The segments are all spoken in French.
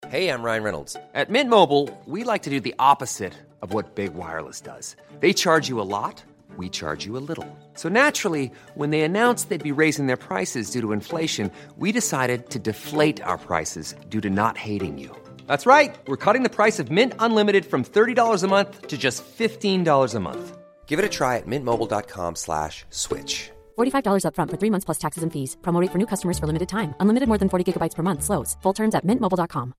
Hey, I'm Ryan Reynolds. At Mint Mobile, we like to do the opposite of what Big Wireless does. They charge you a lot, we charge you a little. So naturally, when they announced they'd be raising their prices due to inflation, we decided to deflate our prices due to not hating you. That's right. We're cutting the price of Mint Unlimited from $30 a month to just $15 a month. Give it a try at mintmobile.com/switch. $45 up front for 3 months plus taxes and fees. Promo rate for new customers for limited time. Unlimited more than 40 gigabytes per month. Slows full terms at mintmobile.com.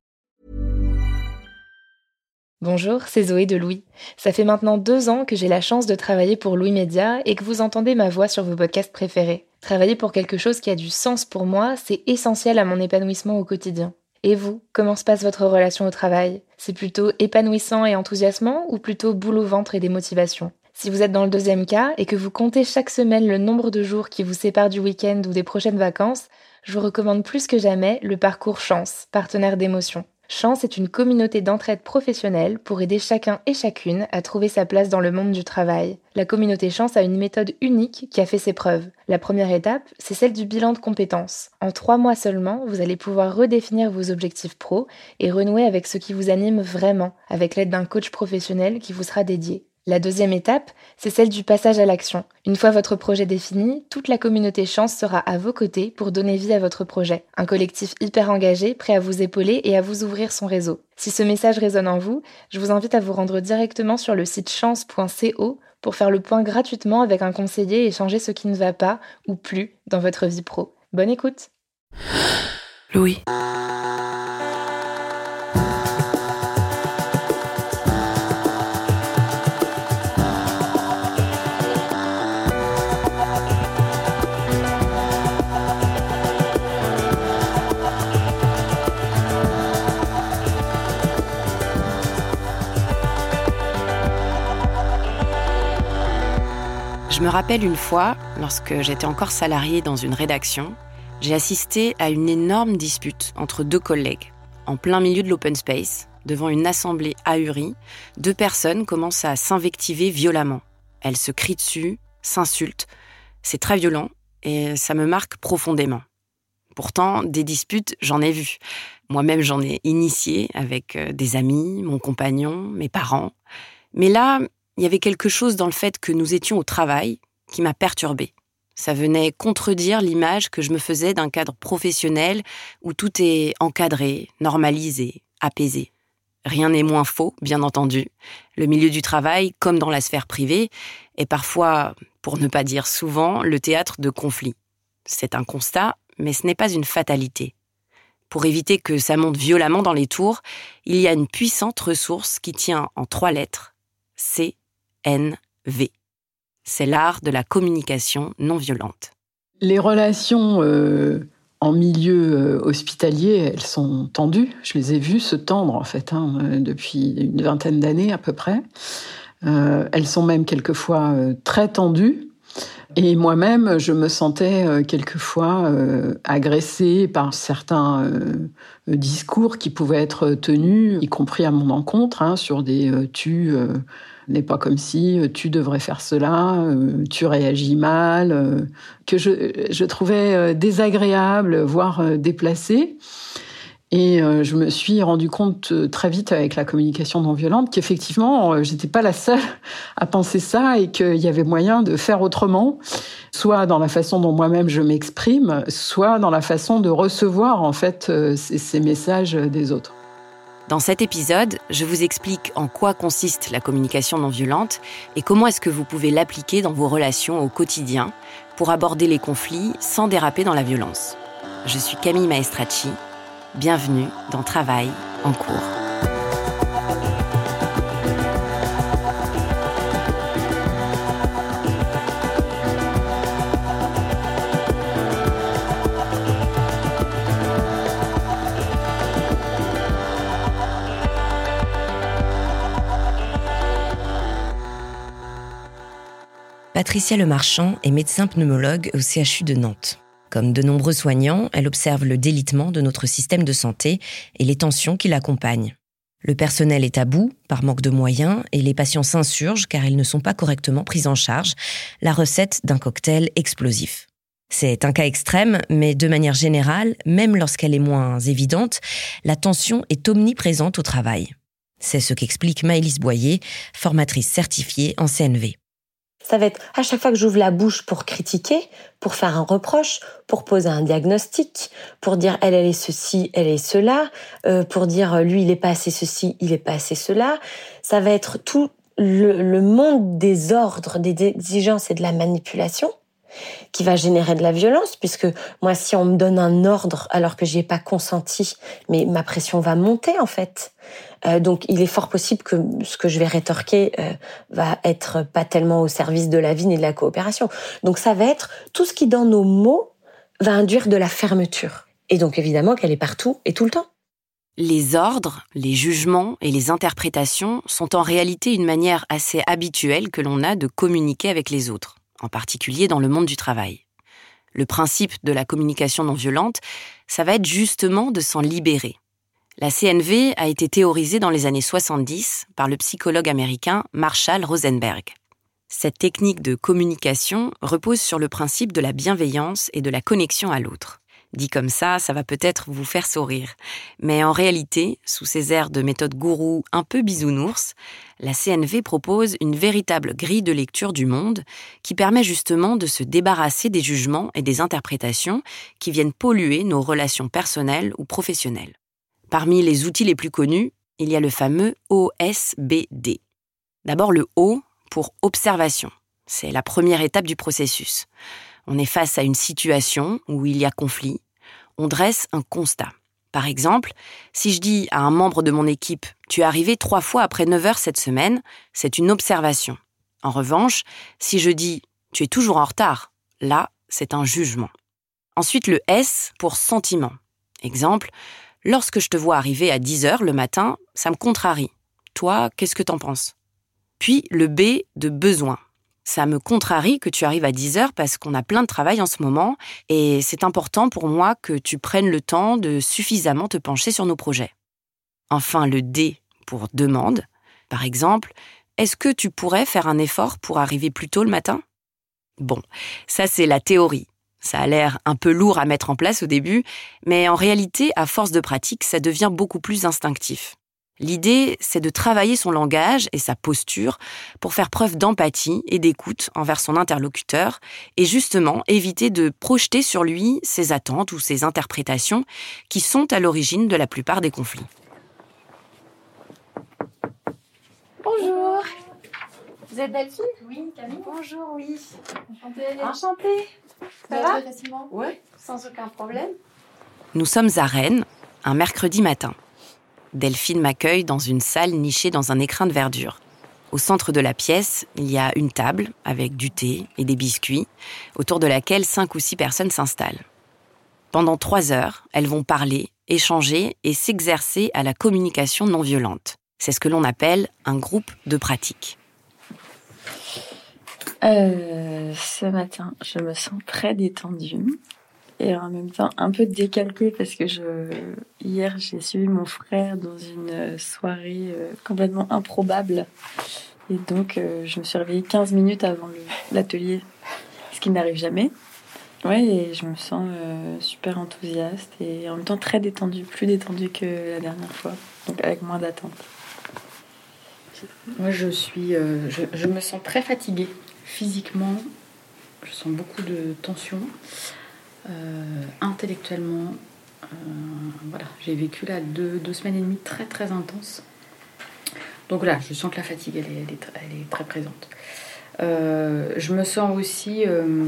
Bonjour, c'est Zoé de Louis. Ça fait maintenant 2 ans que j'ai la chance de travailler pour Louis Média et que vous entendez ma voix sur vos podcasts préférés. Travailler pour quelque chose qui a du sens pour moi, c'est essentiel à mon épanouissement au quotidien. Et vous, comment se passe votre relation au travail ? C'est plutôt épanouissant et enthousiasmant ou plutôt boule au ventre et démotivation ? Si vous êtes dans le deuxième cas et que vous comptez chaque semaine le nombre de jours qui vous séparent du week-end ou des prochaines vacances, je vous recommande plus que jamais le parcours Chance, partenaire d'émotion. Chance est une communauté d'entraide professionnelle pour aider chacun et chacune à trouver sa place dans le monde du travail. La communauté Chance a une méthode unique qui a fait ses preuves. La première étape, c'est celle du bilan de compétences. En 3 mois seulement, vous allez pouvoir redéfinir vos objectifs pro et renouer avec ce qui vous anime vraiment, avec l'aide d'un coach professionnel qui vous sera dédié. La deuxième étape, c'est celle du passage à l'action. Une fois votre projet défini, toute la communauté Chance sera à vos côtés pour donner vie à votre projet. Un collectif hyper engagé, prêt à vous épauler et à vous ouvrir son réseau. Si ce message résonne en vous, je vous invite à vous rendre directement sur le site chance.co pour faire le point gratuitement avec un conseiller et changer ce qui ne va pas ou plus dans votre vie pro. Bonne écoute. Louis. Je me rappelle une fois, lorsque j'étais encore salariée dans une rédaction, j'ai assisté à une énorme dispute entre 2 collègues. En plein milieu de l'open space, devant une assemblée ahurie, 2 personnes commencent à s'invectiver violemment. Elles se crient dessus, s'insultent. C'est très violent et ça me marque profondément. Pourtant, des disputes, j'en ai vu. Moi-même, j'en ai initié avec des amis, mon compagnon, mes parents. Mais là, il y avait quelque chose dans le fait que nous étions au travail qui m'a perturbée. Ça venait contredire l'image que je me faisais d'un cadre professionnel où tout est encadré, normalisé, apaisé. Rien n'est moins faux, bien entendu. Le milieu du travail, comme dans la sphère privée, est parfois, pour ne pas dire souvent, le théâtre de conflits. C'est un constat, mais ce n'est pas une fatalité. Pour éviter que ça monte violemment dans les tours, il y a une puissante ressource qui tient en 3 lettres, CNV. C'est l'art de la communication non violente. Les relations en milieu hospitalier, elles sont tendues. Je les ai vues se tendre, en fait, depuis une 20aine d'années à peu près. Elles sont même quelquefois très tendues. Et moi-même, je me sentais quelquefois agressée par certains discours qui pouvaient être tenus, y compris à mon encontre, sur des tu n'est pas comme si, tu devrais faire cela, tu réagis mal, que je trouvais désagréable, voire déplacée. Et je me suis rendu compte très vite avec la communication non violente qu'effectivement, j'étais pas la seule à penser ça et qu'il y avait moyen de faire autrement, soit dans la façon dont moi-même je m'exprime, soit dans la façon de recevoir en fait ces messages des autres. Dans cet épisode, je vous explique en quoi consiste la communication non violente et comment est-ce que vous pouvez l'appliquer dans vos relations au quotidien pour aborder les conflits sans déraper dans la violence. Je suis Camille Maestracci. Bienvenue dans Travail en cours. Patricia Lemarchand est médecin pneumologue au CHU de Nantes. Comme de nombreux soignants, elle observe le délitement de notre système de santé et les tensions qui l'accompagnent. Le personnel est à bout, par manque de moyens, et les patients s'insurgent car ils ne sont pas correctement pris en charge, la recette d'un cocktail explosif. C'est un cas extrême, mais de manière générale, même lorsqu'elle est moins évidente, la tension est omniprésente au travail. C'est ce qu'explique Maëlys Boyer, formatrice certifiée en CNV. Ça va être à chaque fois que j'ouvre la bouche pour critiquer, pour faire un reproche, pour poser un diagnostic, pour dire elle est ceci, elle est cela, pour dire lui il est pas assez ceci, il est pas assez cela. Ça va être tout le monde des ordres, des exigences et de la manipulation qui va générer de la violence, puisque moi, si on me donne un ordre alors que j'y ai pas consenti, mais ma pression va monter, en fait. Donc, il est fort possible que ce que je vais rétorquer va être pas tellement au service de la vie ni de la coopération. Donc, ça va être tout ce qui, dans nos mots, va induire de la fermeture. Et donc, évidemment, qu'elle est partout et tout le temps. Les ordres, les jugements et les interprétations sont en réalité une manière assez habituelle que l'on a de communiquer avec les autres, en particulier dans le monde du travail. Le principe de la communication non violente, ça va être justement de s'en libérer. La CNV a été théorisée dans les années 70 par le psychologue américain Marshall Rosenberg. Cette technique de communication repose sur le principe de la bienveillance et de la connexion à l'autre. Dit comme ça va peut-être vous faire sourire. Mais en réalité, sous ces airs de méthode gourou un peu bisounours, la CNV propose une véritable grille de lecture du monde qui permet justement de se débarrasser des jugements et des interprétations qui viennent polluer nos relations personnelles ou professionnelles. Parmi les outils les plus connus, il y a le fameux OSBD. D'abord le O pour observation. C'est la première étape du processus. On est face à une situation où il y a conflit. On dresse un constat. Par exemple, si je dis à un membre de mon équipe « Tu es arrivé 3 fois après 9 heures cette semaine », c'est une observation. En revanche, si je dis « Tu es toujours en retard », là, c'est un jugement. Ensuite, le S pour sentiment. Exemple, lorsque je te vois arriver à 10 heures le matin, ça me contrarie. Toi, qu'est-ce que t'en penses ? Puis le B de besoin. Ça me contrarie que tu arrives à 10 heures parce qu'on a plein de travail en ce moment et c'est important pour moi que tu prennes le temps de suffisamment te pencher sur nos projets. Enfin, le D pour demande. Par exemple, est-ce que tu pourrais faire un effort pour arriver plus tôt le matin ? Bon, ça c'est la théorie. Ça a l'air un peu lourd à mettre en place au début, mais en réalité, à force de pratique, ça devient beaucoup plus instinctif. L'idée, c'est de travailler son langage et sa posture pour faire preuve d'empathie et d'écoute envers son interlocuteur et justement éviter de projeter sur lui ses attentes ou ses interprétations qui sont à l'origine de la plupart des conflits. Bonjour. Vous êtes Delphine ? Oui, Camille. Bonjour, oui. Enchantée. Ça va facilement ? Oui, sans aucun problème. Nous sommes à Rennes, un mercredi matin. Delphine m'accueille dans une salle nichée dans un écrin de verdure. Au centre de la pièce, il y a une table avec du thé et des biscuits, autour de laquelle 5 ou 6 personnes s'installent. Pendant 3 heures, elles vont parler, échanger et s'exercer à la communication non violente. C'est ce que l'on appelle un groupe de pratique. Ce matin, je me sens très détendue. Et en même temps, un peu décalquée parce que hier, j'ai suivi mon frère dans une soirée complètement improbable. Et donc, je me suis réveillée 15 minutes avant l'atelier, ce qui n'arrive jamais. Ouais, et je me sens super enthousiaste et en même temps très détendue, plus détendue que la dernière fois, donc avec moins d'attente. Moi, je me sens très fatiguée physiquement. Je sens beaucoup de tension. Intellectuellement, voilà, j'ai vécu là 2 semaines et demie très très intenses. Donc là, je sens que la fatigue, elle est très présente. Je me sens aussi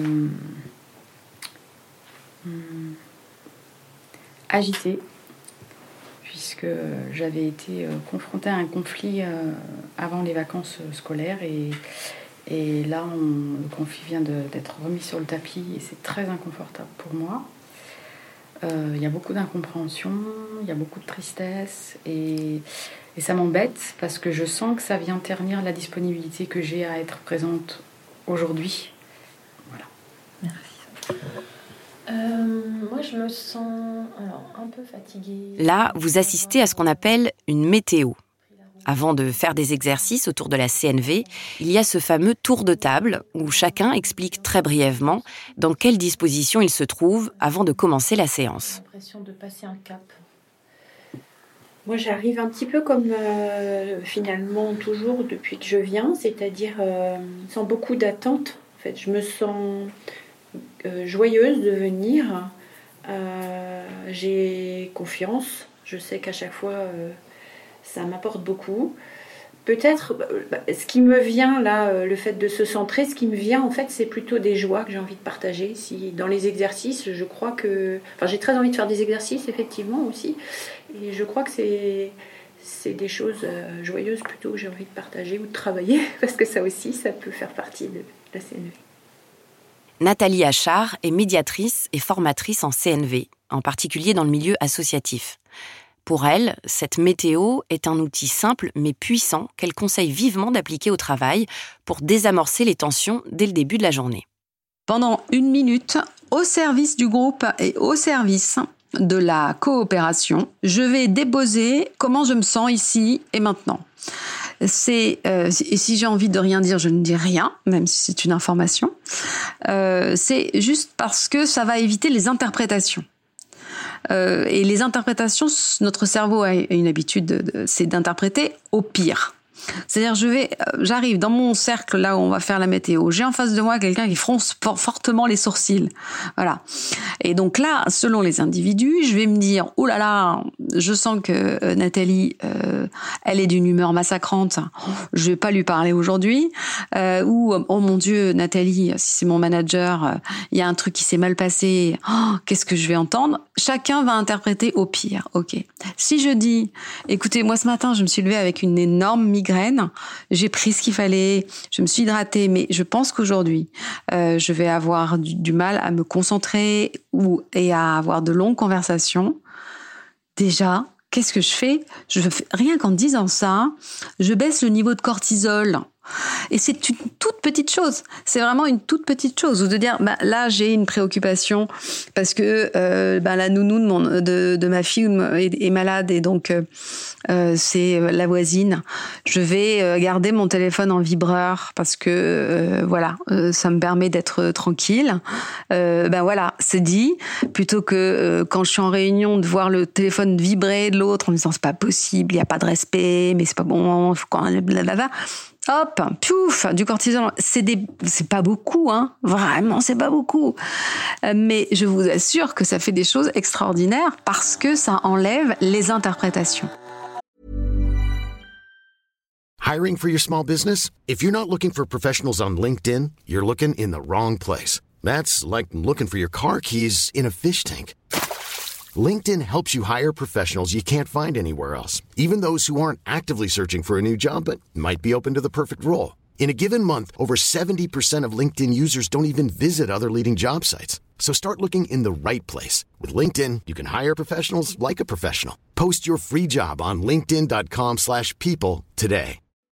agitée, puisque j'avais été confrontée à un conflit avant les vacances scolaires et là, le conflit vient d'être remis sur le tapis et c'est très inconfortable pour moi. Il y a beaucoup d'incompréhension, il y a beaucoup de tristesse et ça m'embête parce que je sens que ça vient ternir la disponibilité que j'ai à être présente aujourd'hui. Voilà. Merci. Moi, je me sens un peu fatiguée. Là, vous assistez à ce qu'on appelle une météo. Avant de faire des exercices autour de la CNV, il y a ce fameux tour de table où chacun explique très brièvement dans quelle disposition il se trouve avant de commencer la séance. J'ai l'impression de passer un cap. Moi, j'arrive un petit peu comme finalement toujours depuis que je viens, c'est-à-dire sans beaucoup d'attente. En fait, je me sens joyeuse de venir. J'ai confiance. Je sais qu'à chaque fois, ça m'apporte beaucoup. Peut-être, ce qui me vient là, le fait de se centrer, ce qui me vient en fait, c'est plutôt des joies que j'ai envie de partager. Si dans les exercices, je crois que, j'ai très envie de faire des exercices effectivement aussi, et je crois que c'est des choses joyeuses plutôt que j'ai envie de partager ou de travailler, parce que ça aussi, ça peut faire partie de la CNV. Nathalie Achard est médiatrice et formatrice en CNV, en particulier dans le milieu associatif. Pour elle, cette météo est un outil simple mais puissant qu'elle conseille vivement d'appliquer au travail pour désamorcer les tensions dès le début de la journée. Pendant 1 minute, au service du groupe et au service de la coopération, je vais déposer comment je me sens ici et maintenant. Et si j'ai envie de rien dire, je ne dis rien, même si c'est une information. C'est juste parce que ça va éviter les interprétations. Et les interprétations, notre cerveau a une habitude, c'est d'interpréter au pire. C'est-à-dire, j'arrive dans mon cercle là où on va faire la météo. J'ai en face de moi quelqu'un qui fronce fortement les sourcils. Voilà. Et donc là, selon les individus, je vais me dire, oh là là, je sens que Nathalie, elle est d'une humeur massacrante. Je vais pas lui parler aujourd'hui. Ou, oh mon Dieu, Nathalie, si c'est mon manager, il y a un truc qui s'est mal passé. Oh, qu'est-ce que je vais entendre? Chacun va interpréter au pire. Ok. Si je dis, écoutez, moi ce matin, je me suis levée avec une énorme migraine. J'ai pris ce qu'il fallait, je me suis hydratée, mais je pense qu'aujourd'hui, je vais avoir du mal à me concentrer et à avoir de longues conversations. Déjà, qu'est-ce que je fais? Rien qu'en disant ça, je baisse le niveau de cortisol. Et c'est une toute petite chose. C'est vraiment une toute petite chose. Ou de dire, là, j'ai une préoccupation parce que la nounou de ma fille est malade et donc c'est la voisine. Je vais garder mon téléphone en vibreur parce que ça me permet d'être tranquille. Voilà, c'est dit. Plutôt que quand je suis en réunion de voir le téléphone vibrer de l'autre en me disant c'est pas possible, il y a pas de respect, mais c'est pas bon, faut quand blablabla. Hop, piouf, du cortisol. C'est pas beaucoup, hein. Vraiment, c'est pas beaucoup. Mais je vous assure que ça fait des choses extraordinaires parce que ça enlève les interprétations. Hiring for your small business? If you're not looking for professionals on LinkedIn, you're looking in the wrong place. That's like looking for your car keys in a fish tank. LinkedIn helps you hire professionals you can't find anywhere else, even those who aren't actively searching for a new job but might be open to the perfect role. In a given month, over 70% of LinkedIn users don't even visit other leading job sites. So start looking in the right place. With LinkedIn, you can hire professionals like a professional. Post your free job on linkedin.com/people today.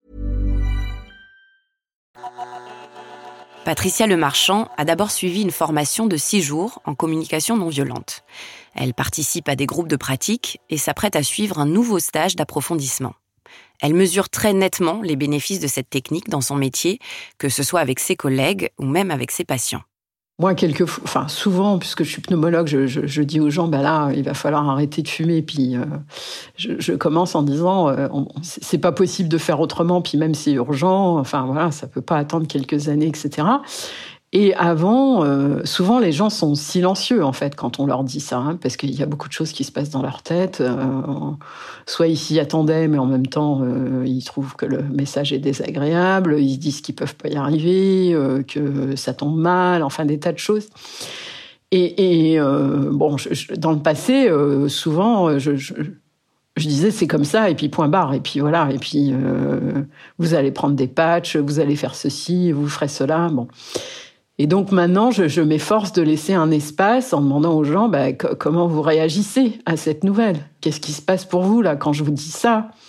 Patricia Lemarchand a d'abord suivi une formation de 6 jours en communication non violente. Elle participe à des groupes de pratique et s'apprête à suivre un nouveau stage d'approfondissement. Elle mesure très nettement les bénéfices de cette technique dans son métier, que ce soit avec ses collègues ou même avec ses patients. Moi, souvent, puisque je suis pneumologue, je dis aux gens, là, il va falloir arrêter de fumer. Puis je commence en disant, c'est pas possible de faire autrement. Puis même si c'est urgent, ça peut pas attendre quelques années, etc. Et avant, souvent les gens sont silencieux en fait quand on leur dit ça, parce qu'il y a beaucoup de choses qui se passent dans leur tête. Soit ils s'y attendaient, mais en même temps ils trouvent que le message est désagréable, ils se disent qu'ils peuvent pas y arriver, que ça tombe mal, enfin des tas de choses. Et dans le passé, souvent je disais c'est comme ça et puis point barre et puis voilà et puis vous allez prendre des patchs, vous allez faire ceci, vous ferez cela, bon. Et donc maintenant, je m'efforce de laisser un espace en demandant aux gens comment vous réagissez à cette nouvelle. Qu'est-ce qui se passe pour vous là quand je vous dis ça?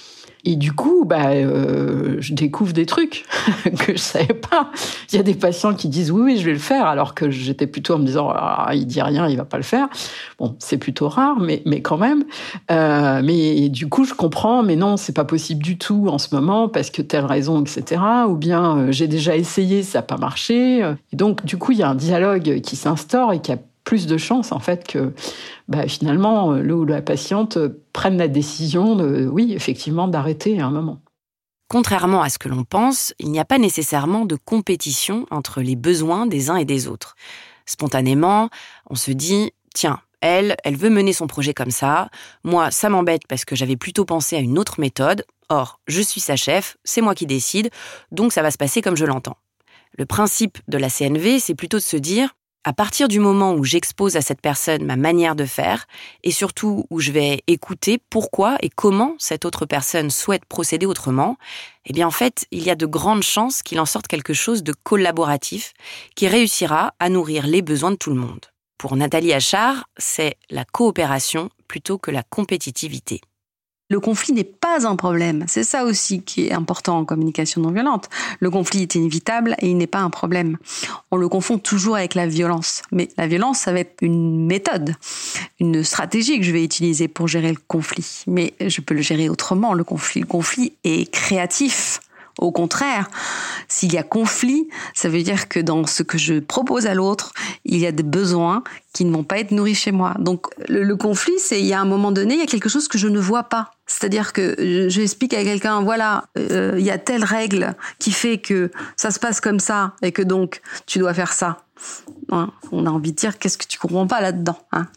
Et du coup, je découvre des trucs que je savais pas. Il y a des patients qui disent oui, je vais le faire, alors que j'étais plutôt en me disant il dit rien, il va pas le faire. Bon, c'est plutôt rare, mais quand même. Mais du coup, je comprends, mais non, c'est pas possible du tout en ce moment parce que telle raison, etc. Ou bien j'ai déjà essayé, ça n'a pas marché. Et donc, du coup, il y a un dialogue qui s'instaure et qui a plus de chances, en fait, que finalement, le ou la patiente prenne la décision oui, effectivement, d'arrêter à un moment. Contrairement à ce que l'on pense, il n'y a pas nécessairement de compétition entre les besoins des uns et des autres. Spontanément, on se dit « Tiens, elle veut mener son projet comme ça. Moi, ça m'embête parce que j'avais plutôt pensé à une autre méthode. Or, je suis sa chef, c'est moi qui décide, donc ça va se passer comme je l'entends. » Le principe de la CNV, c'est plutôt de se dire à partir du moment où j'expose à cette personne ma manière de faire et surtout où je vais écouter pourquoi et comment cette autre personne souhaite procéder autrement, eh bien en fait, il y a de grandes chances qu'il en sorte quelque chose de collaboratif qui réussira à nourrir les besoins de tout le monde. Pour Nathalie Achard, c'est la coopération plutôt que la compétitivité. Le conflit n'est pas un problème. C'est ça aussi qui est important en communication non violente. Le conflit est inévitable et il n'est pas un problème. On le confond toujours avec la violence. Mais la violence, ça va être une méthode, une stratégie que je vais utiliser pour gérer le conflit. Mais je peux le gérer autrement, le conflit. Le conflit est créatif. Au contraire, s'il y a conflit, ça veut dire que dans ce que je propose à l'autre, il y a des besoins qui ne vont pas être nourris chez moi. Donc le conflit, c'est il y a un moment donné, il y a quelque chose que je ne vois pas. C'est-à-dire que je explique à quelqu'un, voilà, il y a telle règle qui fait que ça se passe comme ça et que donc tu dois faire ça. Hein, on a envie de dire qu'est-ce que tu comprends pas là-dedans, hein,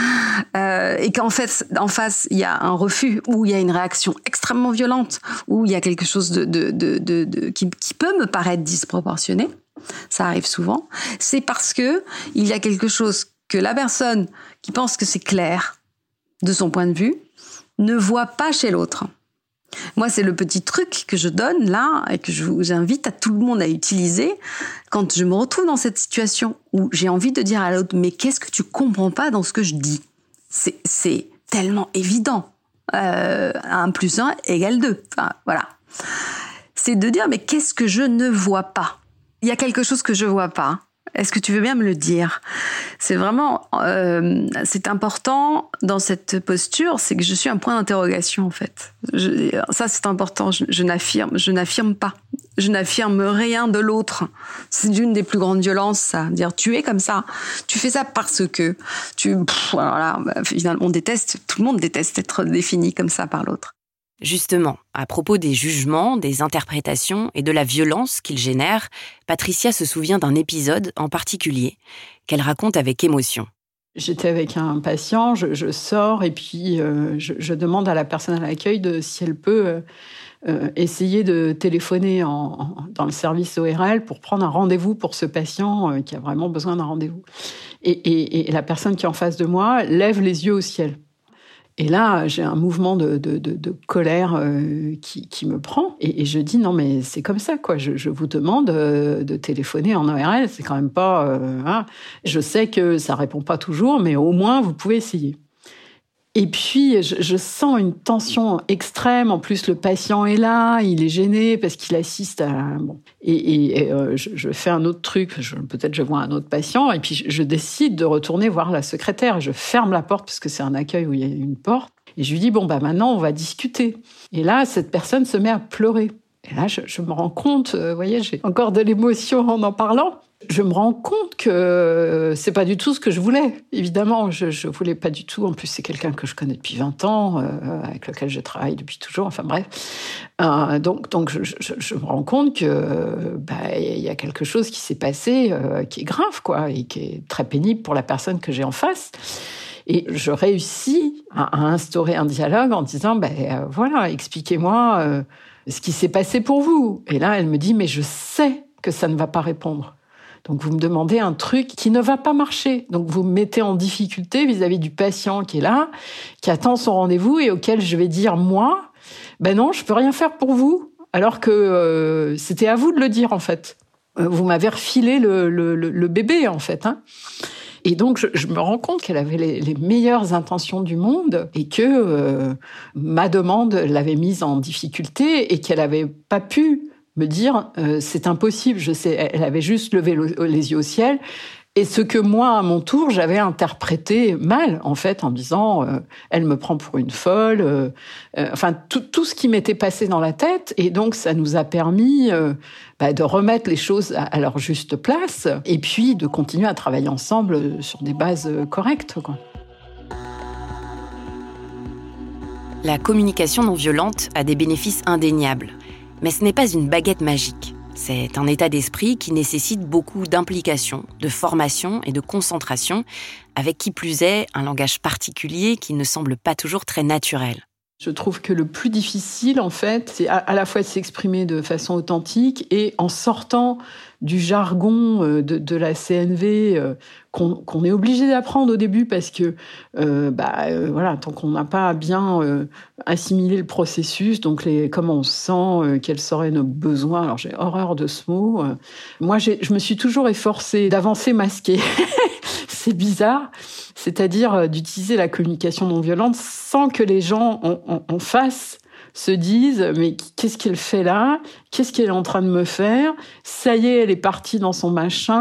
et qu'en fait en face il y a un refus ou il y a une réaction extrêmement violente ou il y a quelque chose qui peut me paraître disproportionné, ça arrive souvent, c'est parce que il y a quelque chose que la personne qui pense que c'est clair de son point de vue ne voit pas chez l'autre. Moi, c'est le petit truc que je donne là et que j'invite à tout le monde à utiliser quand je me retrouve dans cette situation où j'ai envie de dire à l'autre « Mais qu'est-ce que tu comprends pas dans ce que je dis ?» C'est tellement évident. 1 + 1 = 2. Enfin, voilà. C'est de dire « Mais qu'est-ce que je ne vois pas ?» Il y a quelque chose que je vois pas. Est-ce que tu veux bien me le dire ? C'est vraiment, c'est important dans cette posture, c'est que je suis un point d'interrogation en fait. Ça c'est important. Je n'affirme pas. Je n'affirme rien de l'autre. C'est une des plus grandes violences, ça. Dire tu es comme ça, tu fais ça parce que voilà. Finalement, tout le monde déteste être défini comme ça par l'autre. Justement, à propos des jugements, des interprétations et de la violence qu'ils génèrent, Patricia se souvient d'un épisode en particulier qu'elle raconte avec émotion. J'étais avec un patient, je sors et puis je demande à la personne à l'accueil si elle peut essayer de téléphoner dans le service ORL pour prendre un rendez-vous pour ce patient qui a vraiment besoin d'un rendez-vous. Et la personne qui est en face de moi lève les yeux au ciel. Et là, j'ai un mouvement de colère qui me prend. Et je dis, non, mais c'est comme ça, quoi. Je vous demande de téléphoner en ORL. C'est quand même pas... hein. Je sais que ça répond pas toujours, mais au moins, vous pouvez essayer. Et puis, je sens une tension extrême. En plus, le patient est là, il est gêné parce qu'il assiste à... Bon. Et je fais un autre truc, peut-être je vois un autre patient, et puis je décide de retourner voir la secrétaire. Je ferme la porte parce que c'est un accueil où il y a une porte. Et je lui dis, maintenant, on va discuter. Et là, cette personne se met à pleurer. Et là, je me rends compte, vous voyez, j'ai encore de l'émotion en parlant. Je me rends compte que c'est pas du tout ce que je voulais. Évidemment, je voulais pas du tout. En plus, c'est quelqu'un que je connais depuis 20 ans, avec lequel je travaille depuis toujours. Enfin bref. Donc je me rends compte que il y a quelque chose qui s'est passé qui est grave, quoi, et qui est très pénible pour la personne que j'ai en face. Et je réussis à instaurer un dialogue en disant, voilà, expliquez-moi ce qui s'est passé pour vous. Et là, elle me dit, mais je sais que ça ne va pas répondre. Donc, vous me demandez un truc qui ne va pas marcher. Donc, vous me mettez en difficulté vis-à-vis du patient qui est là, qui attend son rendez-vous et auquel je vais dire, moi, non, je peux rien faire pour vous. Alors que c'était à vous de le dire, en fait. Vous m'avez refilé le bébé, en fait. Hein. Et donc, je me rends compte qu'elle avait les meilleures intentions du monde et que ma demande l'avait mise en difficulté et qu'elle n'avait pas pu me dire c'est impossible. Je sais, elle avait juste levé les yeux au ciel. Et ce que moi, à mon tour, j'avais interprété mal, en fait, en disant elle me prend pour une folle. Enfin, tout ce qui m'était passé dans la tête. Et donc, ça nous a permis de remettre les choses à leur juste place et puis de continuer à travailler ensemble sur des bases correctes, quoi. La communication non violente a des bénéfices indéniables. Mais ce n'est pas une baguette magique. C'est un état d'esprit qui nécessite beaucoup d'implication, de formation et de concentration, avec qui plus est un langage particulier qui ne semble pas toujours très naturel. Je trouve que le plus difficile, en fait, c'est à la fois de s'exprimer de façon authentique et en sortant du jargon de la CNV qu'on est obligé d'apprendre au début parce que voilà, tant qu'on n'a pas bien assimilé le processus, donc comment on sent, quels seraient nos besoins. Alors j'ai horreur de ce mot. Moi, je me suis toujours efforcée d'avancer masquée. C'est bizarre, c'est-à-dire d'utiliser la communication non violente sans que les gens en face se disent « mais qu'est-ce qu'elle fait là ? Qu'est-ce qu'elle est en train de me faire ? Ça y est, elle est partie dans son machin. »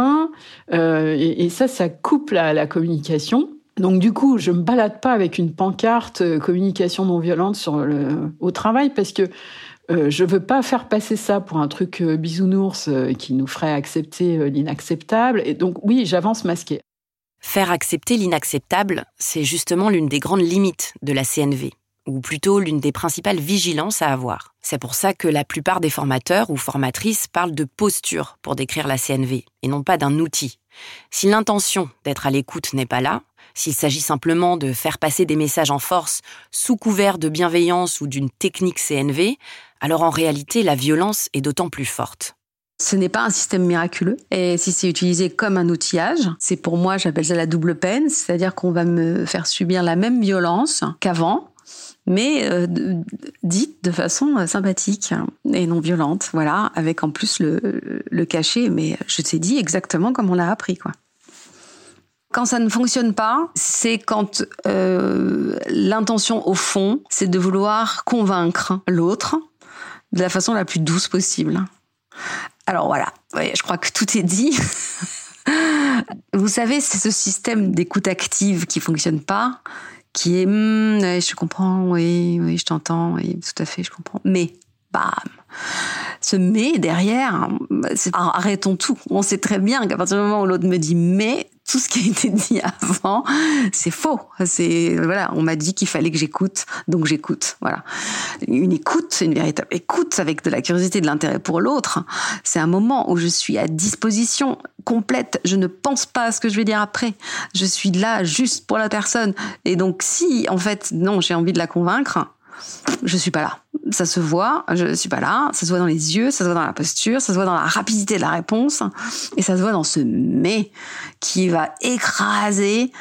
Et ça coupe la communication. Donc du coup, je me balade pas avec une pancarte communication non violente au travail parce que je veux pas faire passer ça pour un truc bisounours qui nous ferait accepter l'inacceptable. Et donc oui, j'avance masquée. Faire accepter l'inacceptable, c'est justement l'une des grandes limites de la CNV, ou plutôt l'une des principales vigilances à avoir. C'est pour ça que la plupart des formateurs ou formatrices parlent de posture pour décrire la CNV, et non pas d'un outil. Si l'intention d'être à l'écoute n'est pas là, s'il s'agit simplement de faire passer des messages en force sous couvert de bienveillance ou d'une technique CNV, alors en réalité la violence est d'autant plus forte. Ce n'est pas un système miraculeux. Et si c'est utilisé comme un outillage, c'est pour moi, j'appelle ça la double peine. C'est-à-dire qu'on va me faire subir la même violence qu'avant, mais dite de façon sympathique et non violente. Voilà, avec en plus le cachet. Mais je t'ai dit exactement comme on l'a appris, quoi. Quand ça ne fonctionne pas, c'est quand l'intention au fond, c'est de vouloir convaincre l'autre de la façon la plus douce possible. Alors voilà, je crois que tout est dit. Vous savez, c'est ce système d'écoute active qui fonctionne pas, qui est je comprends, oui, je t'entends, oui, tout à fait, je comprends. Mais, bam, ce mais derrière, arrêtons tout. On sait très bien qu'à partir du moment où l'autre me dit mais, tout ce qui a été dit avant, c'est faux. Voilà, on m'a dit qu'il fallait que j'écoute, donc j'écoute. Voilà. Une écoute, une véritable écoute avec de la curiosité, de l'intérêt pour l'autre. C'est un moment où je suis à disposition complète. Je ne pense pas à ce que je vais dire après. Je suis là juste pour la personne. Et donc si, en fait, non, j'ai envie de la convaincre, je suis pas là. Ça se voit, je suis pas là, ça se voit dans les yeux, ça se voit dans la posture, ça se voit dans la rapidité de la réponse, et ça se voit dans ce mais qui va écraser.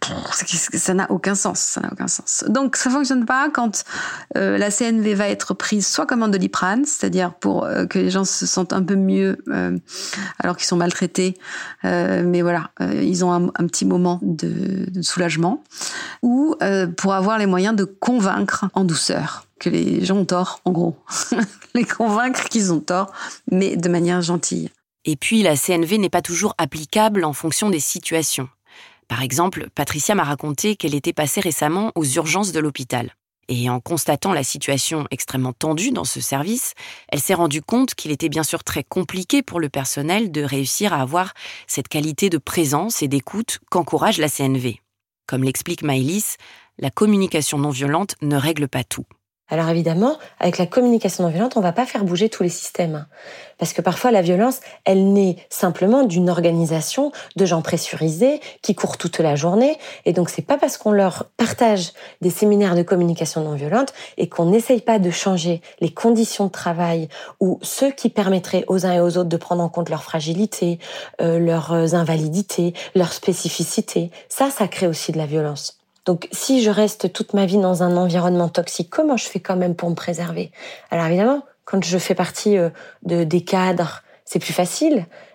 Ça n'a aucun sens, Donc ça fonctionne pas quand la CNV va être prise soit comme un Doliprane, c'est-à-dire pour que les gens se sentent un peu mieux alors qu'ils sont maltraités, mais voilà, ils ont un petit moment de soulagement, ou pour avoir les moyens de convaincre en douceur que les gens ont tort, en gros. Les convaincre qu'ils ont tort, mais de manière gentille. Et puis, la CNV n'est pas toujours applicable en fonction des situations. Par exemple, Patricia m'a raconté qu'elle était passée récemment aux urgences de l'hôpital. Et en constatant la situation extrêmement tendue dans ce service, elle s'est rendue compte qu'il était bien sûr très compliqué pour le personnel de réussir à avoir cette qualité de présence et d'écoute qu'encourage la CNV. Comme l'explique Maëlys, la communication non violente ne règle pas tout. Alors évidemment, avec la communication non violente, on va pas faire bouger tous les systèmes. Parce que parfois, la violence, elle naît simplement d'une organisation de gens pressurisés qui courent toute la journée. Et donc, c'est pas parce qu'on leur partage des séminaires de communication non violente et qu'on n'essaye pas de changer les conditions de travail ou ceux qui permettraient aux uns et aux autres de prendre en compte leurs fragilités, leurs invalidités, leurs spécificités. Ça crée aussi de la violence. Donc, si je reste toute ma vie dans un environnement toxique, comment je fais quand même pour me préserver ? Alors évidemment, quand je fais partie des cadres, c'est plus facile.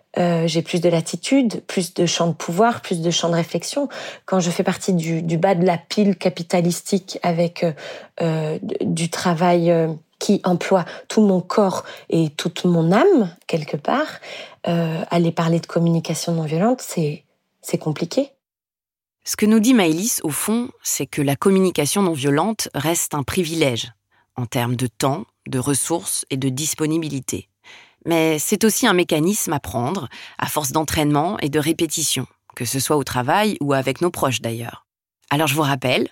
j'ai plus de latitude, plus de champ de pouvoir, plus de champ de réflexion. Quand je fais partie du bas de la pile capitalistique avec du travail qui emploie tout mon corps et toute mon âme, quelque part, aller parler de communication non violente, c'est compliqué. Ce que nous dit Maëlys, au fond, c'est que la communication non violente reste un privilège, en termes de temps, de ressources et de disponibilité. Mais c'est aussi un mécanisme à prendre, à force d'entraînement et de répétition, que ce soit au travail ou avec nos proches d'ailleurs. Alors je vous rappelle,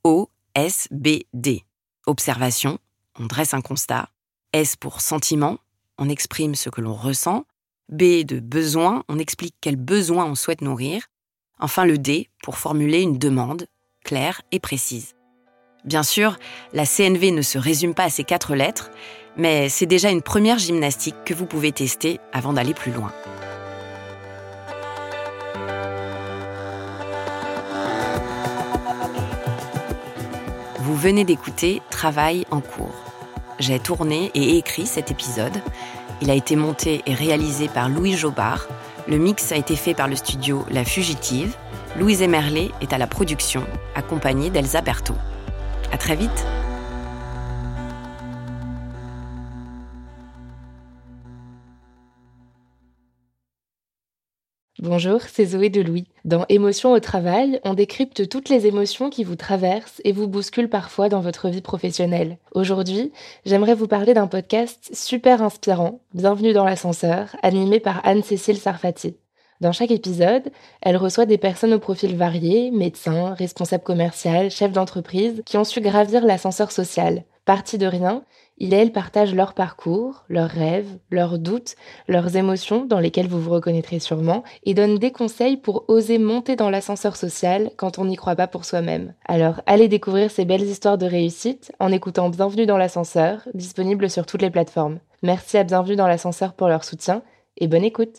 OSBD. Observation, on dresse un constat. S pour sentiment, on exprime ce que l'on ressent. B de besoin, on explique quel besoin on souhaite nourrir. Enfin le D pour formuler une demande, claire et précise. Bien sûr, la CNV ne se résume pas à ces 4 lettres, mais c'est déjà une première gymnastique que vous pouvez tester avant d'aller plus loin. Vous venez d'écouter Travail en cours. J'ai tourné et écrit cet épisode. Il a été monté et réalisé par Louis Jobard. Le mix a été fait par le studio La Fugitive. Louise Emerlet est à la production, accompagnée d'Elsa Berthaud. À très vite. Bonjour, c'est Zoé de Louis. Dans Émotions au travail, on décrypte toutes les émotions qui vous traversent et vous bousculent parfois dans votre vie professionnelle. Aujourd'hui, j'aimerais vous parler d'un podcast super inspirant, Bienvenue dans l'ascenseur, animé par Anne-Cécile Sarfati. Dans chaque épisode, elle reçoit des personnes au profil varié, médecins, responsables commerciaux, chefs d'entreprise, qui ont su gravir l'ascenseur social. Partis de rien, ils et elles partagent leur parcours, leurs rêves, leurs doutes, leurs émotions dans lesquelles vous vous reconnaîtrez sûrement, et donnent des conseils pour oser monter dans l'ascenseur social quand on n'y croit pas pour soi-même. Alors allez découvrir ces belles histoires de réussite en écoutant Bienvenue dans l'ascenseur, disponible sur toutes les plateformes. Merci à Bienvenue dans l'ascenseur pour leur soutien, et bonne écoute.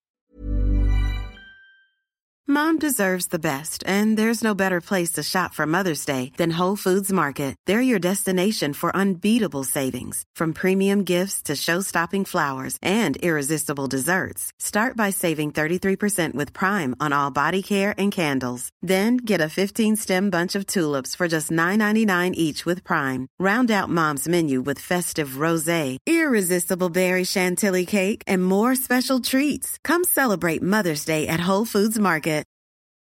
Mom deserves the best, and there's no better place to shop for Mother's Day than Whole Foods Market. They're your destination for unbeatable savings, from premium gifts to show-stopping flowers and irresistible desserts. Start by saving 33% with Prime on all body care and candles. Then get a 15-stem bunch of tulips for just $9.99 each with Prime. Round out Mom's menu with festive rosé, irresistible berry chantilly cake, and more special treats. Come celebrate Mother's Day at Whole Foods Market.